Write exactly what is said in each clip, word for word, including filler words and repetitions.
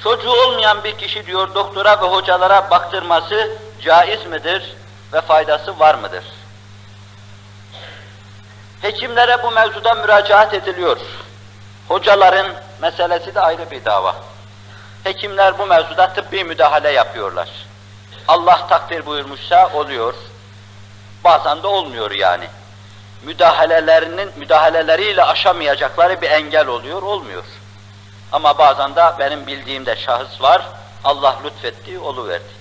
çocuğu olmayan bir kişi diyor doktora ve hocalara baktırması caiz midir ve faydası var mıdır? Hekimlere bu mevzuda müracaat ediliyor. Hocaların meselesi de ayrı bir dava. Hekimler bu mevzuda tıbbi müdahale yapıyorlar. Allah takdir buyurmuşsa oluyor. Bazen de olmuyor yani. Müdahalelerinin müdahaleleriyle aşamayacakları bir engel oluyor, olmuyor. Ama bazen de benim bildiğimde şahıs var, Allah lütfetti, oluverdi.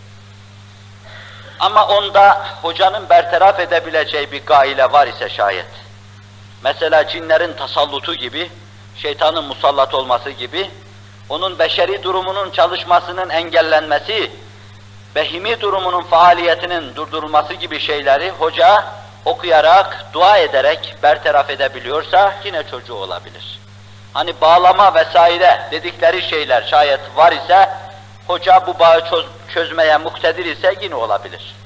Ama onda hocanın bertaraf edebileceği bir gaile var ise şayet, mesela cinlerin tasallutu gibi, şeytanın musallat olması gibi, onun beşeri durumunun çalışmasının engellenmesi, behimi durumunun faaliyetinin durdurulması gibi şeyleri hoca okuyarak, dua ederek bertaraf edebiliyorsa yine çocuğu olabilir. Hani bağlama vesaire dedikleri şeyler şayet var ise, hoca bu bağı çöz çözmeye muktedir ise yine olabilir.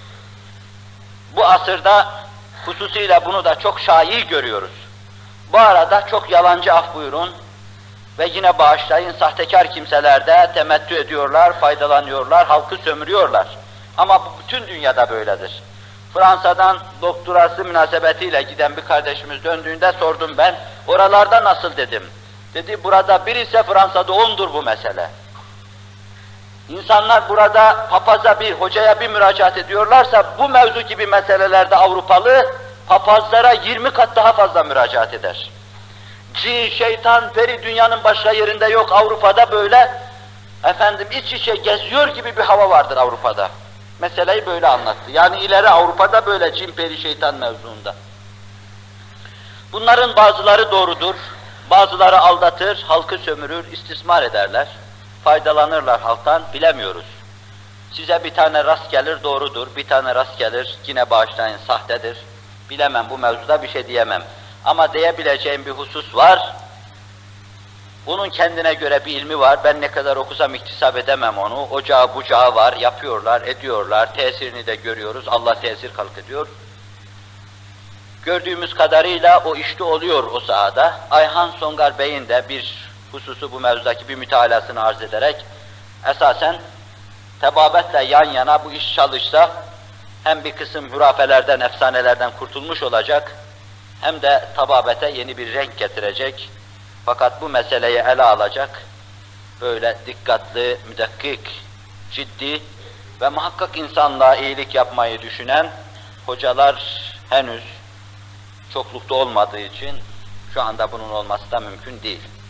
Bu asırda hususuyla bunu da çok şai'i görüyoruz. Bu arada çok yalancı, af buyurun, ve yine bağışlayın, sahtekar kimseler de temettü ediyorlar, faydalanıyorlar, halkı sömürüyorlar. Ama bu bütün dünyada böyledir. Fransa'dan doktorası münasebetiyle giden bir kardeşimiz döndüğünde sordum ben, oralarda nasıl dedim. Dedi, burada bir ise Fransa'da ondur bu mesele. İnsanlar burada papaza bir, hocaya bir müracaat ediyorlarsa, bu mevzu gibi meselelerde Avrupalı, papazlara yirmi kat daha fazla müracaat eder. Cin, şeytan, peri dünyanın başka yerinde yok, Avrupa'da böyle, efendim iç içe geziyor gibi bir hava vardır Avrupa'da. Meseleyi böyle anlattı. Yani ileri Avrupa'da böyle cin, peri, şeytan mevzuunda. Bunların bazıları doğrudur, bazıları aldatır, halkı sömürür, istismar ederler, faydalanırlar halktan, bilemiyoruz. Size bir tane rast gelir, doğrudur, bir tane rast gelir, yine bağışlayın, sahtedir. Bilemem, bu mevzuda bir şey diyemem. Ama diyebileceğim bir husus var, bunun kendine göre bir ilmi var, ben ne kadar okusam iktisap edemem onu, ocağı bucağı var, yapıyorlar, ediyorlar, tesirini de görüyoruz, Allah tesir halk ediyor. Gördüğümüz kadarıyla o işte oluyor o sahada. Ayhan Songar Bey'in de bir hususu bu mevzudaki bir mütalasını arz ederek, esasen tebabetle yan yana bu iş çalışsa, hem bir kısım hurafelerden, efsanelerden kurtulmuş olacak, hem de tababete yeni bir renk getirecek. Fakat bu meseleyi ele alacak, böyle dikkatli, müdekkik, ciddi ve muhakkak insanlığa iyilik yapmayı düşünen hocalar henüz çoklukta olmadığı için şu anda bunun olması da mümkün değil.